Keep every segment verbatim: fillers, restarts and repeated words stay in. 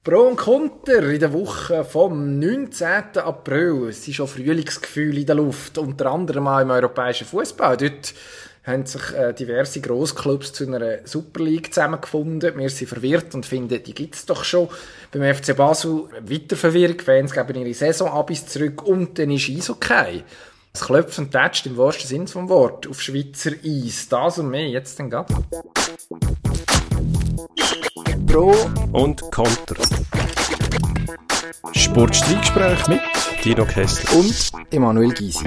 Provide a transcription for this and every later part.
Pro und Konter in der Woche vom neunzehnten April. Es sind schon Frühlingsgefühle in der Luft, unter anderem auch im europäischen Fußball. Dort haben sich äh, diverse Grossclubs zu einer Super League zusammengefunden. Wir sind verwirrt und finden, die gibt es doch schon. Beim F C Basel weiter Verwirrung. Fans geben ihre Saisonabis zurück und dann ist Eishockey. Es klopft und tätscht im wahrsten Sinne des Wortes auf Schweizer Eis. Das und mehr, jetzt dann grad. Pro und Konter. Sportstreitgespräch mit Dino Kessler und Emanuel Gysi.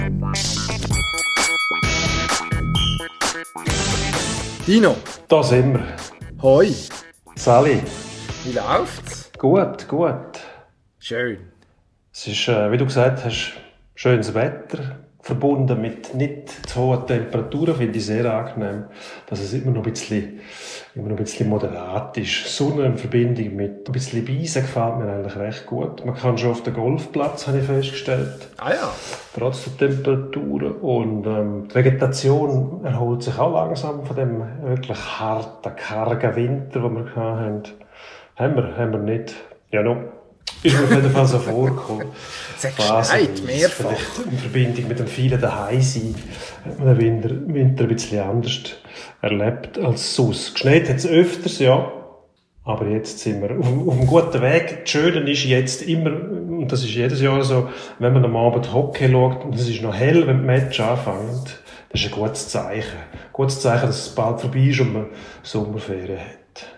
Dino. Da sind wir. Hoi. Sali. Wie läuft's? Gut, gut. Schön. Es ist, äh, wie du gesagt hast, schönes Wetter, verbunden mit nicht zu hohen Temperaturen, finde ich sehr angenehm, dass es immer noch ein bisschen, immer noch ein bisschen moderat ist. Sonne in Verbindung mit ein bisschen Beisen gefällt mir eigentlich recht gut. Man kann schon auf den Golfplatz, habe ich festgestellt. Ah ja. Trotz der Temperaturen. Und ähm, die Vegetation erholt sich auch langsam von dem wirklich harten, kargen Winter, den wir hatten. Haben wir, haben wir nicht. Ja, noch. Ist mir auf jeden Fall so vorgekommen. Sag gescheit, mehrfach. Vielleicht in Verbindung mit dem vielen Daheimsein hat man den Winter, Winter ein bisschen anders erlebt als sonst. Geschneit hat es öfters, ja. Aber jetzt sind wir auf, auf einem guten Weg. Das Schöne ist jetzt immer, und das ist jedes Jahr so, wenn man am Abend Hockey schaut und es ist noch hell, wenn die Match anfängt, das ist ein gutes Zeichen. Ein gutes Zeichen, dass es bald vorbei ist und man Sommerferien hat.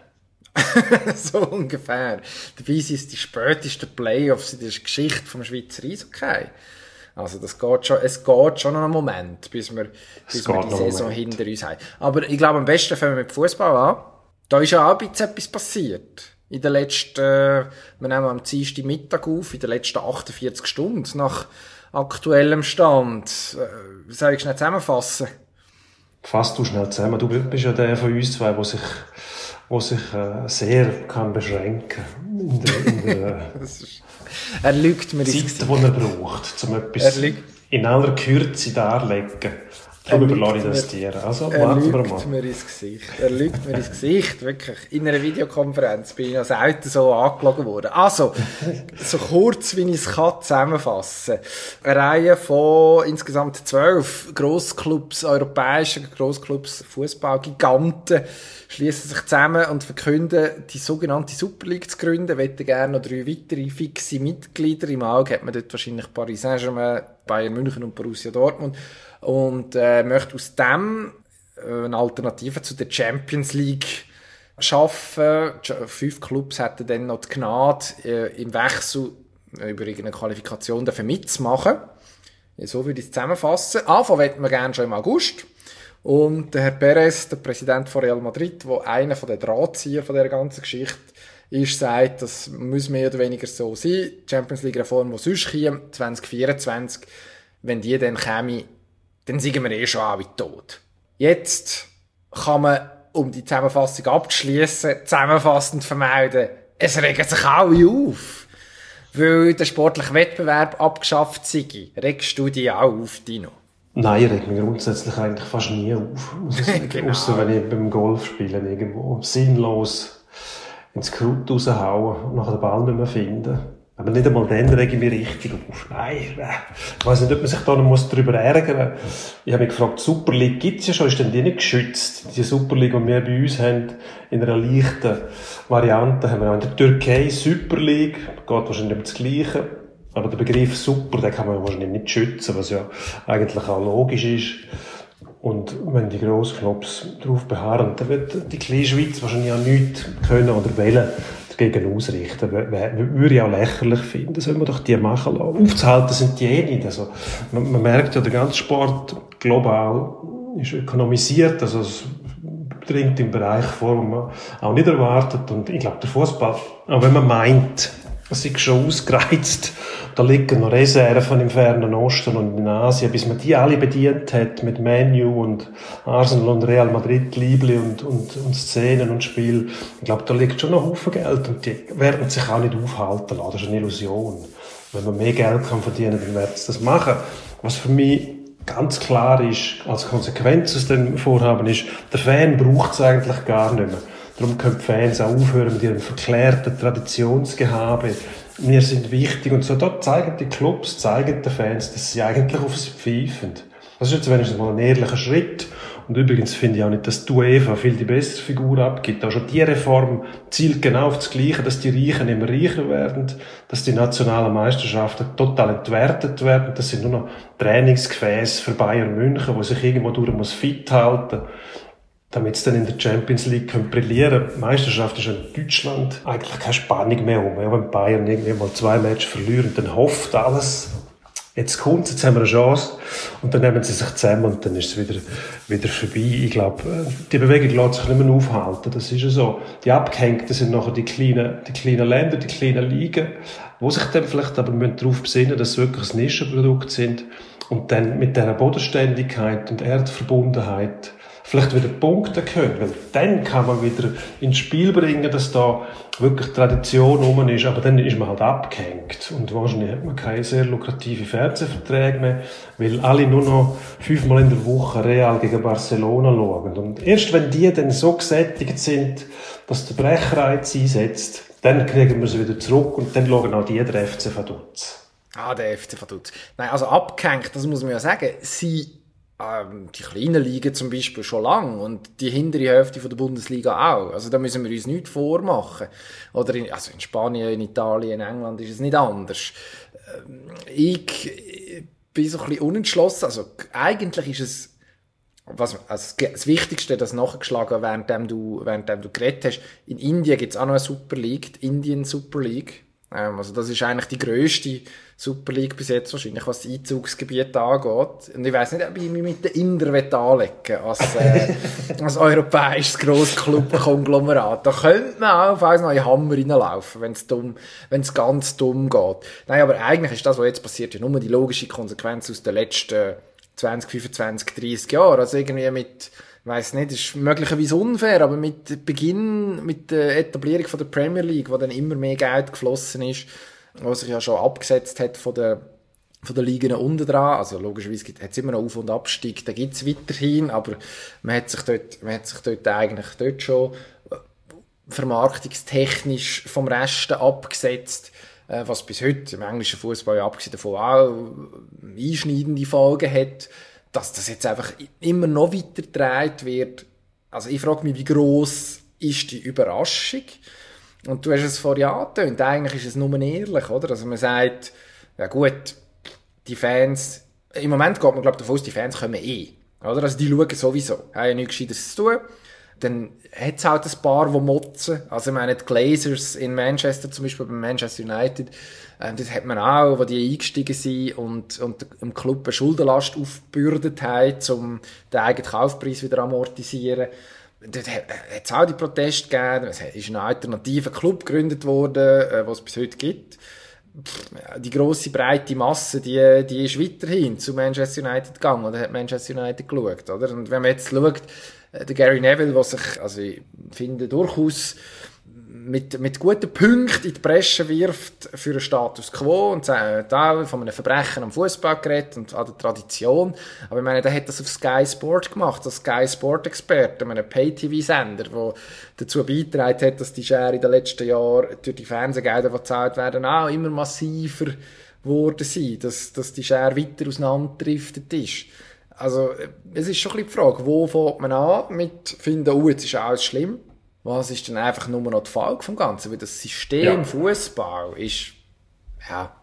So ungefähr. Dabei sind es die spätesten Playoffs in der Geschichte vom Schweizer Eishockey. Also das geht schon, es geht schon noch einen Moment, bis wir, bis wir die Saison hinter uns haben. Aber ich glaube, am besten fangen wir mit Fußball an. Da ist ja auch ein bisschen etwas passiert. In den letzten, wir nehmen am Dienstag Mittag auf, in den letzten achtundvierzig Stunden nach aktuellem Stand. Wie soll ich schnell zusammenfassen? Fass du schnell zusammen. Du bist ja der von uns zwei, der sich der sich äh, sehr kann beschränken in der, in der er lügt mir Zeit, die er braucht, um etwas in aller Kürze darlegen. Darum überlasse ich das dir. Also, warten wir mal. Er lügt mir ins Gesicht. Er lügt mir ins Gesicht, wirklich. In einer Videokonferenz bin ich als Auto so angelogen worden. Also, so kurz, wie ich es kann zusammenfassen. Eine Reihe von insgesamt zwölf Grossclubs, europäischen Grossclubs, Fußballgiganten, schließen sich zusammen und verkünden, die sogenannte Super League zu gründen. Wollen gerne noch drei weitere fixe Mitglieder. Im Auge hat man dort wahrscheinlich Paris Saint-Germain, Bayern München und Borussia Dortmund. Und äh, möchte aus dem äh, eine Alternative zu der Champions League schaffen. Fünf Clubs hätten dann noch die Gnade, äh, im Wechsel äh, über irgendeine Qualifikation dafür mitzumachen. Ja, so würde ich es zusammenfassen. Anfangen möchten wir gerne schon im August. Und der Herr Perez, der Präsident von Real Madrid, der einer der Drahtzieher von dieser ganzen Geschichte ist, sagt, das muss mehr oder weniger so sein. Die Champions League-Reform, die sonst käme, zwanzig vierundzwanzig, wenn die dann käme, dann sind wir eh schon alle tot. Jetzt kann man, um die Zusammenfassung abzuschließen, zusammenfassend vermelden, es regen sich alle auf, weil der sportliche Wettbewerb abgeschafft sei. Regst du dich auch auf, Dino? Nein, ich reg mich grundsätzlich eigentlich fast nie auf, muss ich sagen. Genau. Ausser wenn ich beim Golfspielen irgendwo sinnlos ins Krut raushauen und nachher den Ball nicht mehr finden. Aber nicht einmal dann rege ich mich richtig auf. Nein, ich weiss nicht, ob man sich da noch darüber ärgern muss. Ich habe mich gefragt, die Super League gibt's ja schon, ist denn die nicht geschützt? Die Super League, die wir bei uns haben, in einer leichten Variante, haben wir auch in der Türkei Super League, geht wahrscheinlich um das Gleiche. Aber der Begriff Super, den kann man wahrscheinlich nicht schützen, was ja eigentlich auch logisch ist. Und wenn die Grossknopf darauf beharren, dann wird die kleine Schweiz wahrscheinlich auch nichts können oder wollen dagegen ausrichten. Würde ich auch lächerlich finden. Sollen wir doch die machen lassen. Aufzuhalten sind die eh nicht. Also, man, man merkt ja, der ganze Sport global ist ökonomisiert. Also, es dringt im Bereich vor, wo man auch nicht erwartet. Und ich glaube, der Fußball, auch wenn man meint, es ist schon ausgereizt, da liegen noch Reserven im fernen Osten und in Asien, bis man die alle bedient hat mit Man U und Arsenal und Real Madrid, Liebli und, und, und Szenen und Spiel. Ich glaube, da liegt schon noch Haufen Geld und die werden sich auch nicht aufhalten lassen. Das ist eine Illusion. Wenn man mehr Geld kann verdienen, dann werden sie das machen. Was für mich ganz klar ist, als Konsequenz aus dem Vorhaben ist, der Fan braucht es eigentlich gar nicht mehr. Darum können die Fans auch aufhören mit ihrem verklärten Traditionsgehabe. Wir sind wichtig und so. Dort zeigen die Clubs, zeigen die Fans, dass sie eigentlich auf sie pfeifen. Das ist jetzt wenigstens mal ein ehrlicher Schritt. Und übrigens finde ich auch nicht, dass die UEFA viel die bessere Figur abgibt. Auch schon die Reform zielt genau auf das Gleiche, dass die Reichen immer reicher werden, dass die nationalen Meisterschaften total entwertet werden. Das sind nur noch Trainingsgefäße für Bayern München, wo sich irgendwo durch muss fit halten, damit sie dann in der Champions League können brillieren können. Die Meisterschaft ist in Deutschland eigentlich keine Spannung mehr um. Ja, wenn Bayern irgendwie mal zwei Matches verlieren, dann hofft alles, jetzt kommt's, jetzt haben wir eine Chance. Und dann nehmen sie sich zusammen und dann ist es wieder, wieder vorbei. Ich glaube, die Bewegung lässt sich nicht mehr aufhalten. Das ist ja so. Die Abgehängten sind nachher die kleinen, die kleinen Länder, die kleinen Ligen, wo sich dann vielleicht aber darauf besinnen, dass sie wirklich ein Nischenprodukt sind und dann mit dieser Bodenständigkeit und Erdverbundenheit vielleicht wieder Punkte können, weil dann kann man wieder ins Spiel bringen, dass da wirklich Tradition rum ist, aber dann ist man halt abgehängt und wahrscheinlich hat man keine sehr lukrative Fernsehverträge mehr, weil alle nur noch fünfmal in der Woche Real gegen Barcelona schauen und erst wenn die dann so gesättigt sind, dass der Brechreiz einsetzt, dann kriegen wir sie wieder zurück und dann schauen auch die den F C Vaduz. Ah, der F C Vaduz. Nein, also abgehängt, das muss man ja sagen, sie die kleinen Ligen zum Beispiel schon lang und die hintere Hälfte von der Bundesliga auch. Also da müssen wir uns nichts vormachen. Oder in, also in Spanien, in Italien, in England ist es nicht anders. Ich bin so ein bisschen unentschlossen. Also eigentlich ist es was, also das Wichtigste, das nachgeschlagen, währenddem du, währenddem du geredet hast. In Indien gibt es auch noch eine Super League, die Indian Super League. Also das ist eigentlich die grösste Super League bis jetzt wahrscheinlich, was das Einzugsgebiet angeht. Und ich weiss nicht, ob ich mich mit den Indern anlegen als, äh, als europäisches Grossclub-Konglomerat. Da könnte man auch auf einen neuen Hammer reinlaufen, wenn es dumm, wenn es ganz dumm geht. Nein, aber eigentlich ist das, was jetzt passiert, ja nur die logische Konsequenz aus den letzten zwanzig, fünfundzwanzig, dreissig Jahren. Also irgendwie mit, ich weiss nicht, ist möglicherweise unfair, aber mit Beginn, mit der Etablierung von der Premier League, wo dann immer mehr Geld geflossen ist, was sich ja schon abgesetzt hat von der, von der Ligen unten dran. Also logischerweise hat es immer noch Auf- und Abstieg, da gibt es weiterhin, aber man hat sich dort, man hat sich dort eigentlich dort schon vermarktungstechnisch vom Resten abgesetzt, was bis heute im englischen Fußball, abgesehen davon auch einschneidende Folgen hat, dass das jetzt einfach immer noch weiter getragen wird. Also ich frage mich, wie gross ist die Überraschung? Und du hast es vorhin angetönt, eigentlich ist es nur ehrlich, oder? Also man sagt, ja gut, die Fans, im Moment geht man glaube ich davon aus, die Fans kommen eh, oder? Also die schauen sowieso, haben ja nichts Gescheites zu tun. Dann hat es halt ein paar, die motzen. Also ich meine, die Glazers in Manchester, zum Beispiel bei Manchester United, ähm, das hat man auch, wo die eingestiegen sind und, und dem Club eine Schuldenlast aufgebürdet haben, um den eigenen Kaufpreis wieder amortisieren. Dort hat es auch die Proteste gegeben. Es ist ein alternativer Club gegründet worden, äh, was es bis heute gibt. Pff, die grosse, breite Masse, die, die ist weiterhin zu Manchester United gegangen oder hat Manchester United geschaut, oder? Und wenn man jetzt schaut, der Gary Neville, der sich, also ich finde, durchaus mit, mit guten Punkten in die Bresche wirft für einen Status Quo und sagt auch von einem Verbrechen am Fußball geredet und an der Tradition. Aber ich meine, der hat das auf Sky Sport gemacht, als Sky Sport Experte, einem Pay-T V-Sender, der dazu beigetragen hat, dass die Schere in den letzten Jahren durch die Fernsehgelder, die gezahlt werden, auch immer massiver geworden sind, dass, dass die Schere weiter auseinanderdriftet ist. Also, es ist schon ein bisschen die Frage, wo fängt man an mit finden, oh, jetzt ist alles schlimm. Was ist denn einfach nur noch die Folge vom Ganzen? Weil das System ja. Fußball ist, ja,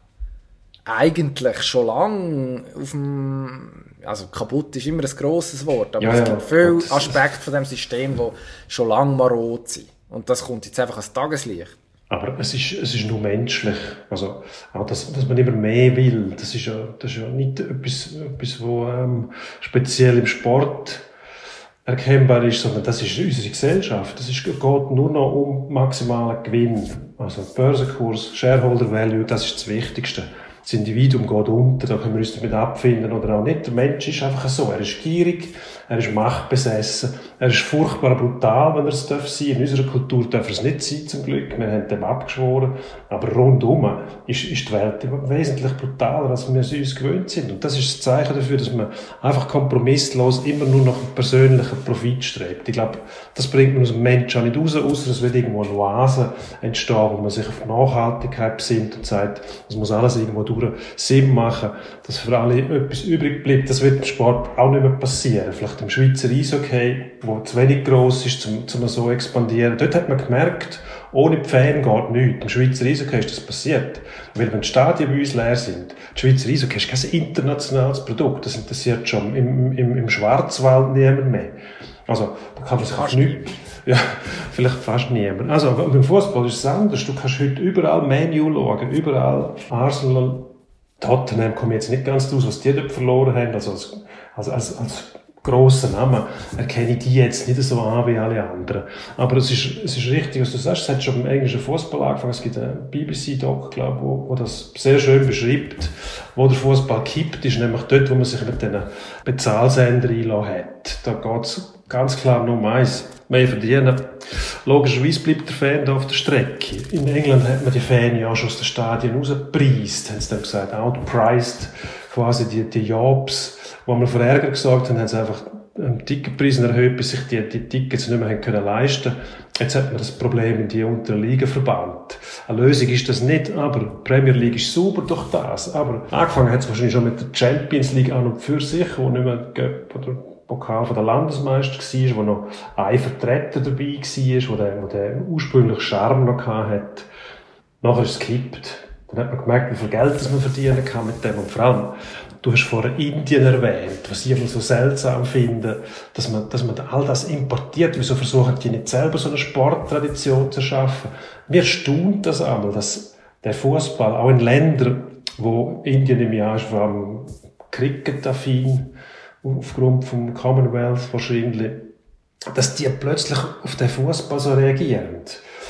eigentlich schon lange auf dem, also kaputt ist immer ein grosses Wort, aber ja, es gibt ja. viele Aspekte von dem System, die schon lange marod sind. Und das kommt jetzt einfach als Tageslicht. Aber es ist, es ist nur menschlich. Also, auch das, dass man immer mehr will, das ist ja, das ist ja nicht etwas, etwas wo, ähm, speziell im Sport erkennbar ist, sondern das ist unsere Gesellschaft. Das ist, geht nur noch um maximalen Gewinn. Also, Börsenkurs, Shareholder Value, das ist das Wichtigste. das Individuum geht unter, da können wir uns damit abfinden oder auch nicht. Der Mensch ist einfach so, er ist gierig, er ist machtbesessen, er ist furchtbar brutal, wenn er es darf sein. In unserer Kultur darf er es nicht sein, zum Glück, wir haben dem abgeschworen, aber rundum ist, ist die Welt wesentlich brutaler, als wir es uns gewöhnt sind. Und das ist das Zeichen dafür, dass man einfach kompromisslos immer nur nach einem persönlichen Profit strebt. Ich glaube, das bringt man aus dem Menschen auch nicht raus, außer es wird irgendwo eine Oase entstehen, wo man sich auf Nachhaltigkeit besinnt und sagt, es muss alles irgendwo durch Sinn machen, dass für alle etwas übrig bleibt. Das wird im Sport auch nicht mehr passieren. Vielleicht im Schweizer Eishockey, wo zu wenig gross ist, um, um so zu expandieren. Dort hat man gemerkt, ohne die Fan geht nichts. Im Schweizer Eishockey ist das passiert. Weil wenn die Stadien bei uns leer sind, die Schweizer Eishockey ist kein internationales Produkt. Das interessiert schon im, im, im Schwarzwald niemand mehr. Also, da kann man sich auf nichts... Ja, vielleicht fast niemand. Also, beim Fußball ist es anders. Du kannst heute überall Man U schauen, überall Arsenal, Tottenham, komme jetzt nicht ganz raus, was die dort verloren haben. Also, als, als, als, als grossen Namen erkenne ich die jetzt nicht so an wie alle anderen. Aber es ist, es ist richtig, was du sagst. Es hat schon beim englischen Fußball angefangen. Es gibt einen B B C-Doc, glaube ich, wo, wo das sehr schön beschreibt, wo der Fußball kippt, ist nämlich dort, wo man sich mit diesen Bezahlsendern einlassen hat. Da geht es ganz klar nur um eins. Mehr verdienen. Logischerweise bleibt der Fan da auf der Strecke. In England hat man die Fans ja schon aus den Stadien rausgepreist, haben sie dann gesagt, outpriced, quasi die, die Jobs, wo man vor Ärger gesagt haben, haben sie einfach die Ticketpreise erhöht, bis sich die, die Tickets nicht mehr haben können leisten. Jetzt hat man das Problem in die unteren Ligen verbannt. Eine Lösung ist das nicht, aber die Premier League ist sauber durch das. Aber angefangen hat es wahrscheinlich schon mit der Champions League an und für sich, wo nicht mehr Göpp oder Pokal von der Landesmeister war, wo noch ein Vertreter dabei war, wo der, wo der ursprüngliche Charme noch hatte. Nachher ist es gekippt. Dann hat man gemerkt, wie viel Geld das man verdienen kann mit dem. Und vor allem, du hast vorher Indien erwähnt, was ich immer so seltsam finde, dass man, dass man all das importiert. Wieso versuchen die nicht selber so eine Sporttradition zu schaffen? Mir staunt das einmal, dass der Fußball auch in Ländern, wo Indien im Jahr ist, vor allem Cricket-affin, aufgrund vom Commonwealth wahrscheinlich, dass die plötzlich auf den Fußball so reagieren.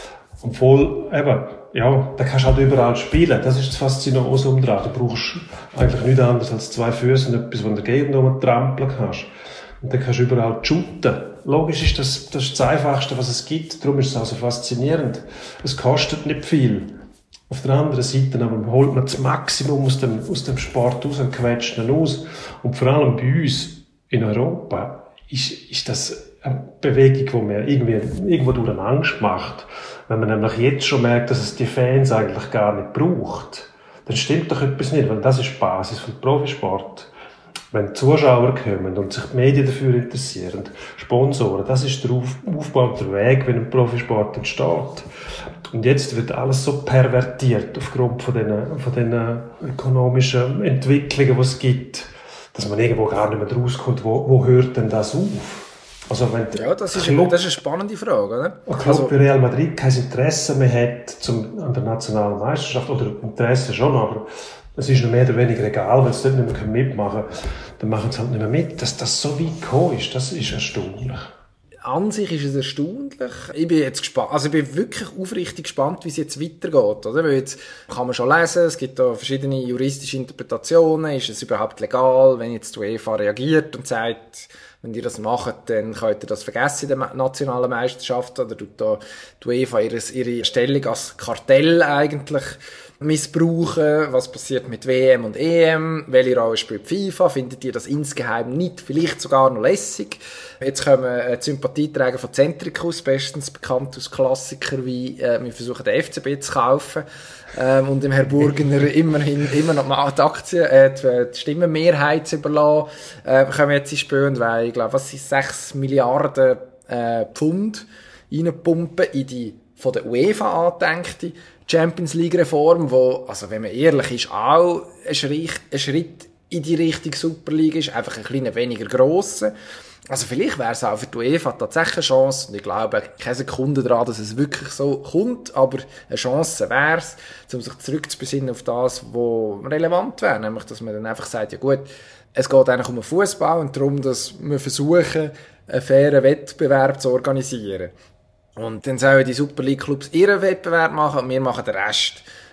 Obwohl, eben, ja, da kannst du halt überall spielen. Das ist das Faszinosum dran. Du brauchst eigentlich nichts anderes als zwei Füße und etwas, wo du Gegner rumtrampeln kannst. Und dann kannst du überall shooten. Logisch ist das, das ist das Einfachste, was es gibt. Darum ist es auch so faszinierend. Es kostet nicht viel. Auf der anderen Seite aber holt man das Maximum aus dem, aus dem Sport raus und quetscht ihn aus. Und vor allem bei uns in Europa ist, ist das eine Bewegung, die mir irgendwie, irgendwo durch eine Angst macht. Wenn man nämlich jetzt schon merkt, dass es die Fans eigentlich gar nicht braucht, dann stimmt doch etwas nicht, weil das ist die Basis vom Profisport. Wenn Zuschauer kommen und sich die Medien dafür interessieren, Sponsoren, das ist der Auf- Aufbau und der Weg, wenn ein Profisport entsteht. Und jetzt wird alles so pervertiert aufgrund von den, von den ökonomischen Entwicklungen, die es gibt, dass man irgendwo gar nicht mehr rauskommt, wo, wo hört denn das auf? Also wenn ja, das ist, Club, das ist eine spannende Frage, oder? Ein Club also, wie Real Madrid kein Interesse mehr hat zum, an der nationalen Meisterschaft, oder Interesse schon, aber es ist noch mehr oder weniger egal, wenn sie dort nicht mehr mitmachen können, dann machen sie halt nicht mehr mit. Dass das so weit gekommen ist, das ist erstaunlich. An sich ist es erstaunlich. Ich bin jetzt gespannt, also ich bin wirklich aufrichtig gespannt, wie es jetzt weitergeht, oder? Weil jetzt kann man schon lesen, es gibt da verschiedene juristische Interpretationen, ist es überhaupt legal, wenn jetzt die UEFA reagiert und sagt, wenn ihr das macht, dann könnt ihr das vergessen in der nationalen Meisterschaft, oder tut da die UEFA ihre, ihre Stellung als Kartell eigentlich missbrauchen, was passiert mit W M und E M, welche Rolle spielt FIFA, findet ihr das insgeheim nicht, vielleicht sogar noch lässig. Jetzt kommen äh, die Sympathieträger von Centricus, bestens bekannt aus Klassikern wie äh, wir versuchen den F C B zu kaufen ähm, und dem Herr Burgener immerhin immer noch die Aktien, äh, die, die Stimmenmehrheit zu überlassen, äh, kommen jetzt ins Spiel und weil, ich glaube, was sind sechs Milliarden äh, Pfund reinpumpen in die von der UEFA angedenkte Champions League Reform, wo, also wenn man ehrlich ist, auch ein Schritt, ein Schritt in die Richtung Super League ist, einfach ein kleiner weniger grosser. Also vielleicht wäre es auch für die UEFA tatsächlich eine Chance, und ich glaube keine Sekunde daran, dass es wirklich so kommt, aber eine Chance wäre es, um sich zurückzubesinnen auf das, was relevant wäre, nämlich, dass man dann einfach sagt, ja gut, es geht eigentlich um den Fußball und darum, dass wir versuchen, einen fairen Wettbewerb zu organisieren. Und dann sollen die Super League Clubs ihren Wettbewerb machen und wir machen den Rest.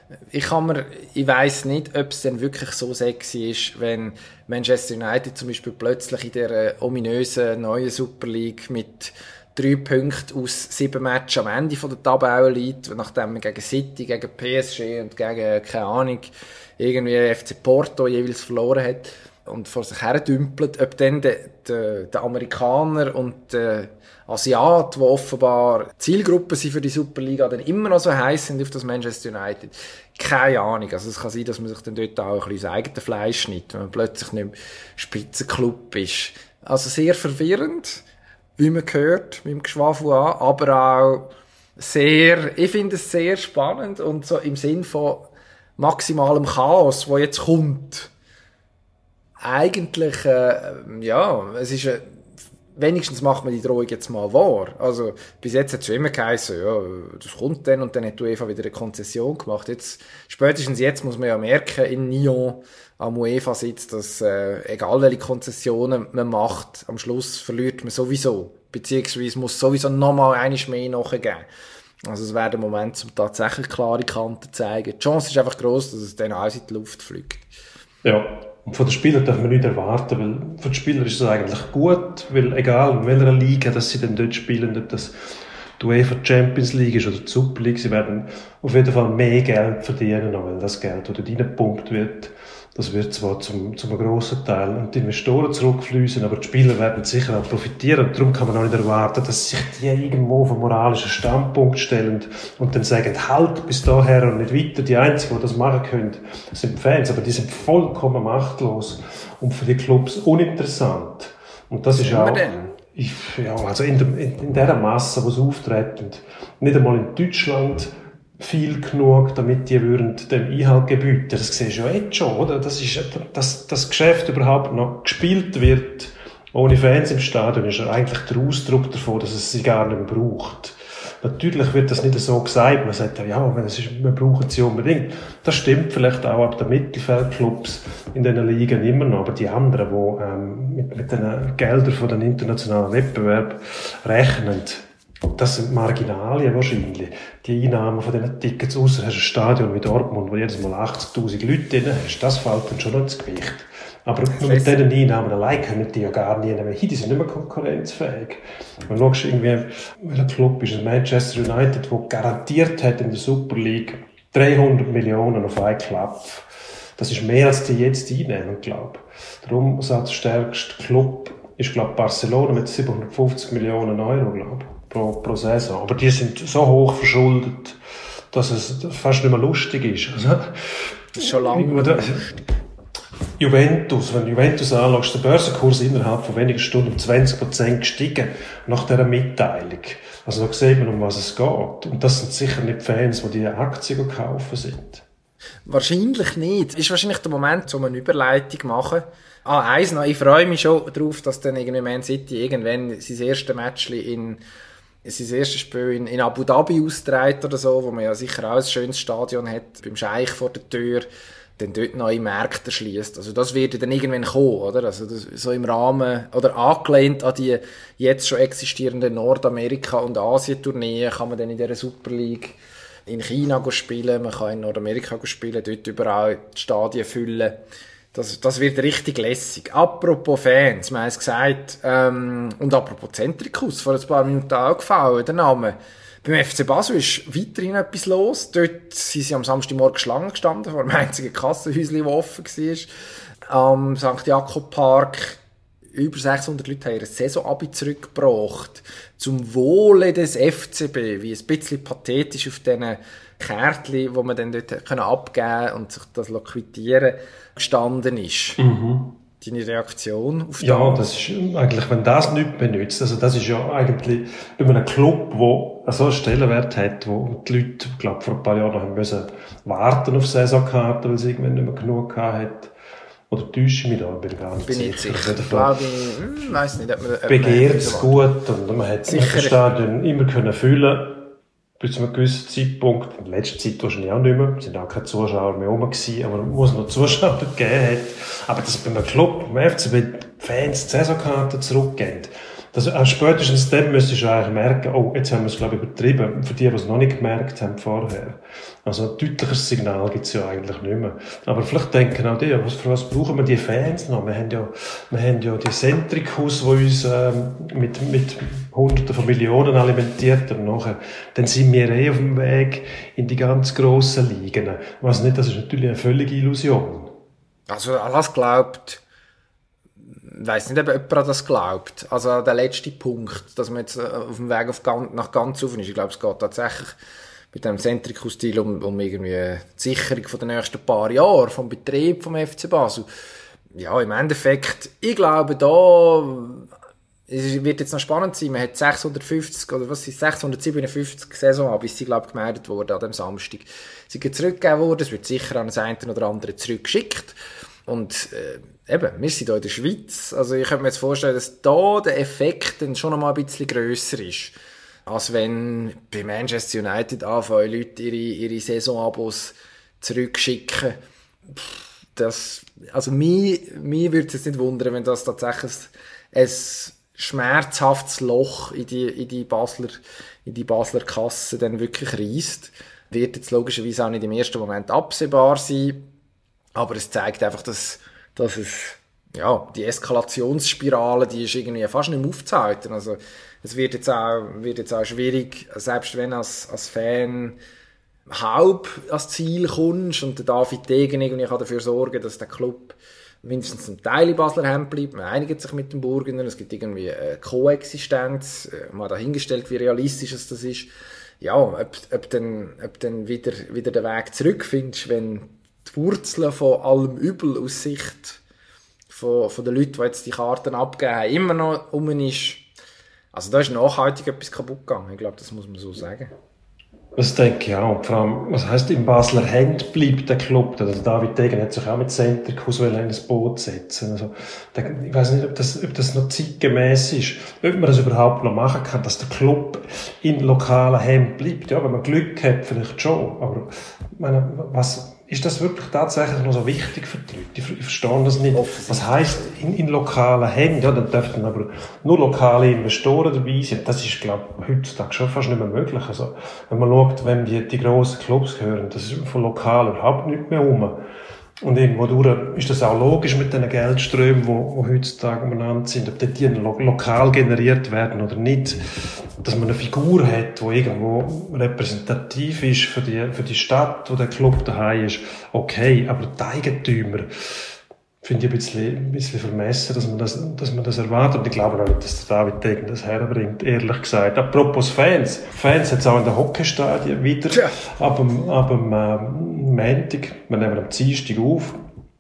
Ich kann mir, ich weiss nicht, ob es denn wirklich so sexy ist, wenn Manchester United zum Beispiel plötzlich in der ominösen neuen Super League mit drei Punkten aus sieben Matches am Ende von der Tabelle liegt, nachdem man gegen City, gegen P S G und gegen, keine Ahnung, irgendwie F C Porto jeweils verloren hat und vor sich her dümpelt, ob dann der, der, der Amerikaner und der Asiat, die offenbar Zielgruppen sind für die Superliga, dann immer noch so heiß sind auf das Manchester United. Keine Ahnung. Also es kann sein, dass man sich dann dort auch ein bisschen das eigene Fleisch schneidet, wenn man plötzlich nicht mehr Spitzenklub ist. Also sehr verwirrend, wie man hört, mit dem Geschwafel an, aber auch sehr, ich finde es sehr spannend und so im Sinn von maximalem Chaos, wo jetzt kommt. Eigentlich, äh, ja, es ist, äh, wenigstens macht man die Drohung jetzt mal wahr. Also, bis jetzt hat es schon immer geheißen, ja, das kommt dann und dann hat die UEFA wieder eine Konzession gemacht. Jetzt, spätestens jetzt muss man ja merken, in Nyon am UEFA sitzt, dass, äh, egal welche Konzessionen man macht, am Schluss verliert man sowieso. Beziehungsweise muss sowieso nochmal einiges mehr nachgeben. Also, es wäre der Moment, um tatsächlich klare Kanten zu zeigen. Die Chance ist einfach gross, dass es dann alles in die Luft fliegt. Ja. Und von den Spielern darf man nicht erwarten, weil für die Spieler ist es eigentlich gut, weil egal in welcher Liga, dass sie dann dort spielen, ob das die UEFA Champions League ist oder die Super League, sie werden auf jeden Fall mehr Geld verdienen, weil das Geld, das dort reingepumpt wird, das wird zwar zum, zum grossen Teil an die Investoren zurückfließen, aber die Spieler werden sicher auch profitieren. Darum kann man auch nicht erwarten, dass sich die irgendwo auf einen moralischen Standpunkt stellen und dann sagen, halt bis daher und nicht weiter. Die Einzigen, die das machen können, sind die Fans, aber die sind vollkommen machtlos und für die Clubs uninteressant. Und das ist auch, ich, ja, also in, der, in, in dieser Masse, die sie auftreten, nicht einmal in Deutschland viel genug, damit die würden dem Einhalt gebieten. Das siehst du ja jetzt schon, oder? Das ist, dass das Geschäft überhaupt noch gespielt wird, ohne Fans im Stadion, ist ja eigentlich der Ausdruck davon, dass es sie gar nicht mehr braucht. Natürlich wird das nicht so gesagt. Man sagt ja, es ist, wir brauchen sie unbedingt. Das stimmt vielleicht auch ab den Mittelfeldclubs in diesen Ligen immer noch. Aber die anderen, die ähm, mit, mit den Geldern von den internationalen Wettbewerben rechnen, das sind Marginalien wahrscheinlich. Die Einnahmen von diesen Tickets, ausser hast ein Stadion wie Dortmund, wo jedes Mal achtzigtausend Leute drin hast, das fällt dann schon noch ins Gewicht. Aber nur mit diesen Einnahmen allein können die ja gar nie mehr hin, die sind nicht mehr konkurrenzfähig. Wenn du schaust, irgendwie, welcher Club ist es? Manchester United, der garantiert hat in der Super League dreihundert Millionen auf einen Klapp. Das ist mehr, als die jetzt einnehmen, glaube ich. Der umsatzstärkste Club ist, glaube ich, Barcelona mit siebenhundertfünfzig Millionen Euro, glaube ich. Pro, pro Saison. Aber die sind so hoch verschuldet, dass es fast nicht mehr lustig ist. Also, das ist schon lange. Juventus, wenn du Juventus anschaust, der Börsenkurs innerhalb von wenigen Stunden um zwanzig Prozent gestiegen nach dieser Mitteilung. Also da sieht man, um was es geht. Und das sind sicher nicht Fans, die diese Aktien kaufen sind. Wahrscheinlich nicht. Ist wahrscheinlich der Moment, um eine Überleitung zu machen. Ah, eins noch, ich freue mich schon darauf, dass dann irgendwie Man City irgendwann sein erstes Match in sein erstes Spiel in, in Abu Dhabi austrägt oder so, wo man ja sicher auch ein schönes Stadion hat, beim Scheich vor der Tür, dann dort neue Märkte erschliesst. Also das wird dann irgendwann kommen, oder? Also das, so im Rahmen, oder angelehnt an die jetzt schon existierenden Nordamerika- und Asien-Tourneen kann man dann in dieser Super League in China spielen, man kann in Nordamerika spielen, dort überall die Stadien füllen. Das, das wird richtig lässig. Apropos Fans, wir haben es gesagt, ähm, und apropos Centricus, vor ein paar Minuten auch gefallen, der Name. Beim F C Basel ist weiterhin etwas los. Dort sind sie am Samstagmorgen Schlangen gestanden, vor dem einzigen Kassenhäuschen, das offen war. Am Sankt Jakob Park. Über sechshundert Leute haben ihre Saisonabend zurückgebracht. Zum Wohle des F C B, wie ein bisschen pathetisch auf diesen Kärtchen, die man dann dort abgeben und sich das quittieren gestanden ist. Mhm. Deine Reaktion auf das? Ja, das ist eigentlich, wenn das nicht benutzt, also das ist ja eigentlich bei einem Club, der so einen Stellenwert hat, wo die Leute, ich glaube, vor ein paar Jahren noch haben müssen warten auf Saisonkarten, weil sie irgendwann nicht mehr genug hat. Oder täusche ich mich da? Bin ich gar nicht bin sicher. Nicht sicher. Ich glaube, ich hm, weiss nicht, ob man... Begehrt es gut und man hat das Stadion immer können füllen bis zu einem gewissen Zeitpunkt. In letzter Zeit wahrscheinlich auch nicht mehr. Es sind auch keine Zuschauer mehr rum gewesen, aber wo es noch Zuschauer gegeben hat. Aber dass bei einem Club, beim F C B, Fans die Saisonkarten zurückgeben, Das, auch spätestens dann müsstest du eigentlich merken, oh, jetzt haben wir es, glaube ich, übertrieben. Für die, die es noch nicht gemerkt haben vorher. Also ein deutliches Signal gibt es ja eigentlich nicht mehr. Aber vielleicht denken auch die, was, für was brauchen wir die Fans noch? Wir haben ja, wir haben ja die Centricus, die uns ähm, mit, mit Hunderten von Millionen alimentiert. Und nachher, dann sind wir eh auf dem Weg in die ganz grossen Ligen. Was nicht, das ist natürlich eine völlige Illusion. Also, alles glaubt, ich weiss nicht, ob jemand an das glaubt. Also, der letzte Punkt, dass man jetzt auf dem Weg auf ganz, nach ganz offen ist. Ich glaube, es geht tatsächlich mit dem Centricus-Stil um, um irgendwie die Sicherung von den nächsten paar Jahren, vom Betrieb vom F C Basel. Ja, im Endeffekt, ich glaube, da, es wird jetzt noch spannend sein, man hat sechshundertfünfzig, oder was ist sechshundertsiebenundfünfzig Saison, bis sie, glaube ich, gemeldet wurden an dem Samstag. Sie sind zurückgegeben worden, es wird sicher an den einen oder anderen zurückgeschickt. Und äh, eben, wir sind hier in der Schweiz, also ich könnte mir jetzt vorstellen, dass da der Effekt dann schon noch mal ein bisschen grösser ist, als wenn bei Manchester United anfangen Leute ihre, ihre Saisonabos zurückschicken. Das, also mich, mich würde es jetzt nicht wundern, wenn das tatsächlich ein schmerzhaftes Loch in die, in die Basler, in die Basler Kasse dann wirklich reisst. Wird jetzt logischerweise auch nicht im ersten Moment absehbar sein, aber es zeigt einfach, dass, dass es, ja, die Eskalationsspirale, die ist irgendwie fast nicht mehr aufzuhalten. Also, es wird jetzt auch, wird jetzt auch schwierig, selbst wenn als, als Fan halb ans Ziel kommst und der David Degen irgendwie kann dafür sorgen, dass der Club mindestens ein Teil in Basler Hand bleibt. Man einigt sich mit dem Burgener, es gibt irgendwie eine Koexistenz, mal dahingestellt, wie realistisch es das ist. Ja, ob, ob dann, ob dann wieder, wieder den Weg zurückfindest, wenn die Wurzeln von allem Übel aus Sicht von, von den Leuten, die jetzt die Karten abgeben haben, immer noch um ist. Also da ist nachhaltig etwas kaputt gegangen. Ich glaube, das muss man so sagen. Das denke ich auch. Vor allem, was heisst, im Basler Hand bleibt der Club? Also David Degen hat sich auch mit Centricus in ein Boot setzen. Also, ich weiss nicht, ob das, ob das noch zeitgemäss ist. Ob man das überhaupt noch machen kann, dass der Club in lokalen Händen bleibt. Ja, wenn man Glück hat, vielleicht schon. Aber, ich meine, was, ist das wirklich tatsächlich noch so wichtig für die Leute? Ich, ich verstehe das nicht. Was heisst in, in lokalen Händen? Ja, dann dürften aber nur lokale Investoren dabei sein. Das ist, glaube ich, heutzutage schon fast nicht mehr möglich. Also, wenn man schaut, wenn die, die grossen Clubs gehören, das ist von lokal überhaupt nicht mehr rum. Und irgendwo durch ist das auch logisch mit den Geldströmen, die, die heutzutage umeinander sind, ob die lo- lokal generiert werden oder nicht. Dass man eine Figur hat, die irgendwo repräsentativ ist für die, für die Stadt, wo der Club daheim ist, okay. Aber die Eigentümer finde ich ein bisschen, ein bisschen vermessen, dass man das, dass man das erwartet. Und ich glaube auch nicht, dass der David Degen das herbringt, ehrlich gesagt. Apropos Fans. Fans hat es auch in den Hockeystadien wieder. Ja. Ab dem, ab dem, ähm, Montag, wir nehmen am Dienstag auf.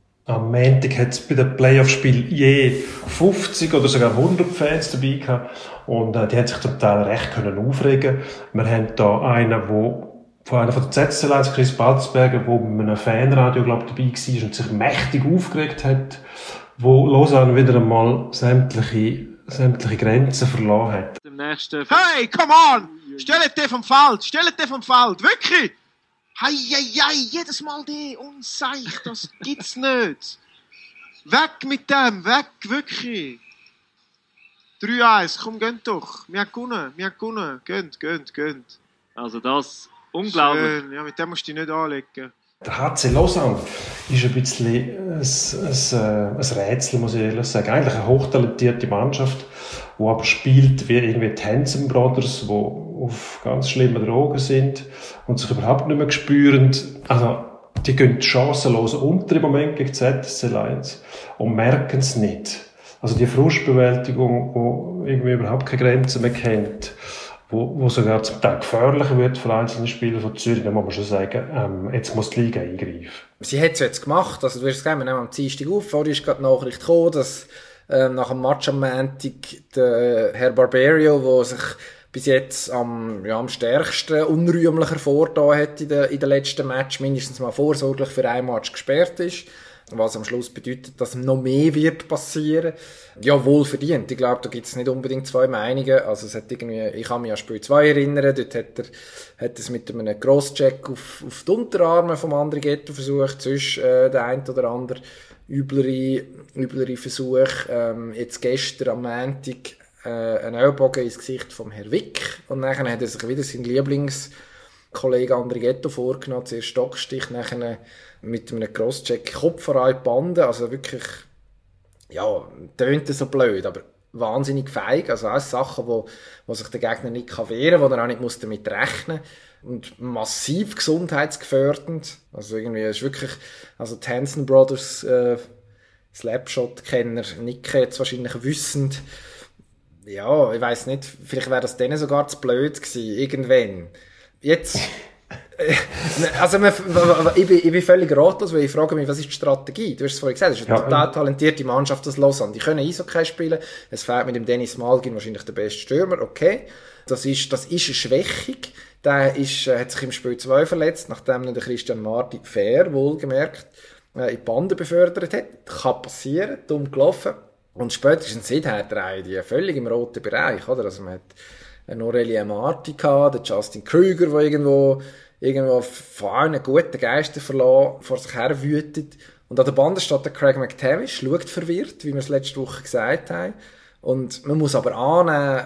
Am Montag hat es bei den Playoff-Spielen je fünfzig oder sogar hundert Fans dabei gehabt. Und, äh, die haben sich zum Teil recht können aufregen. Wir haben da einen, wo, von einer von den Z S C eins, Chris Balzberger, der bei einem Fanradio, glaube ich, dabei war und sich mächtig aufgeregt hat, wo Lausanne wieder einmal sämtliche, sämtliche Grenzen verloren hat. Hey, come on! Stellt den vom Feld! Stellt den vom Feld! Wirklich! Hei, hei, hei, jedes Mal die unseich, das gibt's nicht. Weg mit dem, weg, wirklich. drei eins, komm, gönnt doch. Wir haben gewonnen, wir haben gewonnen. Gönnt, gönnt, gönnt. Also das, unglaublich. Schön. Ja, mit dem musst du dich nicht anlegen. Der H C Lausanne ist ein bisschen ein, ein, ein Rätsel, muss ich ehrlich sagen. Eigentlich eine hochtalentierte Mannschaft, die aber spielt wie irgendwie die Hansen Brothers, die auf ganz schlimmen Drogen sind und sich überhaupt nicht mehr spüren. Also, die gehen chancenlos unter im Moment gegen Z S C eins und merken es nicht. Also die Frustbewältigung, die irgendwie überhaupt keine Grenzen mehr kennt, wo, wo sogar zum Teil gefährlicher wird für einzelne Spieler von Zürich, dann muss man schon sagen, ähm, jetzt muss die Liga eingreifen. Sie hat es jetzt gemacht, also du wirst es sagen, wir nehmen am Dienstag auf, vorher ist gerade die Nachricht gekommen, dass ähm, nach dem Match am Montag der Herr Barberio, der sich bis jetzt am, ja, am stärksten unrühmlich hervorgetan hat in den, in den letzten Match, mindestens mal vorsorglich für einen Match gesperrt ist. Was am Schluss bedeutet, dass noch mehr wird passieren. Ja, wohl verdient. Ich glaube, da gibt es nicht unbedingt zwei Meinungen. Also es hat irgendwie, ich kann mich an Spiel zwei erinnern, dort hat er, hat es mit einem Crosscheck auf, auf die Unterarme vom anderen Ghetto versucht, sonst äh, der ein oder andere üblere, üblere Versuch. Ähm, jetzt gestern am Montag äh, einen Ellbogen ins Gesicht vom Herrn Wick und dann hat er sich wieder seinen Lieblingskollegen André Ghetto vorgenommen, zuerst Stockstich, nachher mit einem Crosscheck Kopf voran in die Bande, also wirklich, ja, tönt so blöd, aber wahnsinnig feig, also alles Sachen, wo, wo sich der Gegner nicht kann wehren kann, wo er auch nicht muss damit rechnen muss und massiv gesundheitsgefährdend, also irgendwie, es ist wirklich, also die Hansen Brothers äh, Slapshot-Kenner nicken jetzt wahrscheinlich wissend, ja, ich weiss nicht, vielleicht wäre das denen sogar zu blöd gewesen, irgendwann. Jetzt, also man, ich, bin, ich bin völlig ratlos, weil ich frage mich, was ist die Strategie? Du hast es vorhin gesagt, es ist eine ja, total talentierte Mannschaft, das Lausanne. Die können Eishockey spielen, es fehlt mit dem Dennis Malgin wahrscheinlich der beste Stürmer, okay. Das ist, das ist eine Schwächung. Der ist, hat sich im Spiel zwei verletzt, nachdem der Christian Marti fair, wohlgemerkt, in die Bande befördert hat. Kann passieren, dumm gelaufen. Und spätestens seither hat er die völlig im roten Bereich, oder? Also man hat einen Aurelien Marti gehabt, den Justin Krüger, der irgendwo, irgendwo von allen guten Geistern verlassen, vor sich her wütet. Und an der Bande steht der Craig McTavish, schaut verwirrt, wie wir es letzte Woche gesagt haben. Und man muss aber annehmen,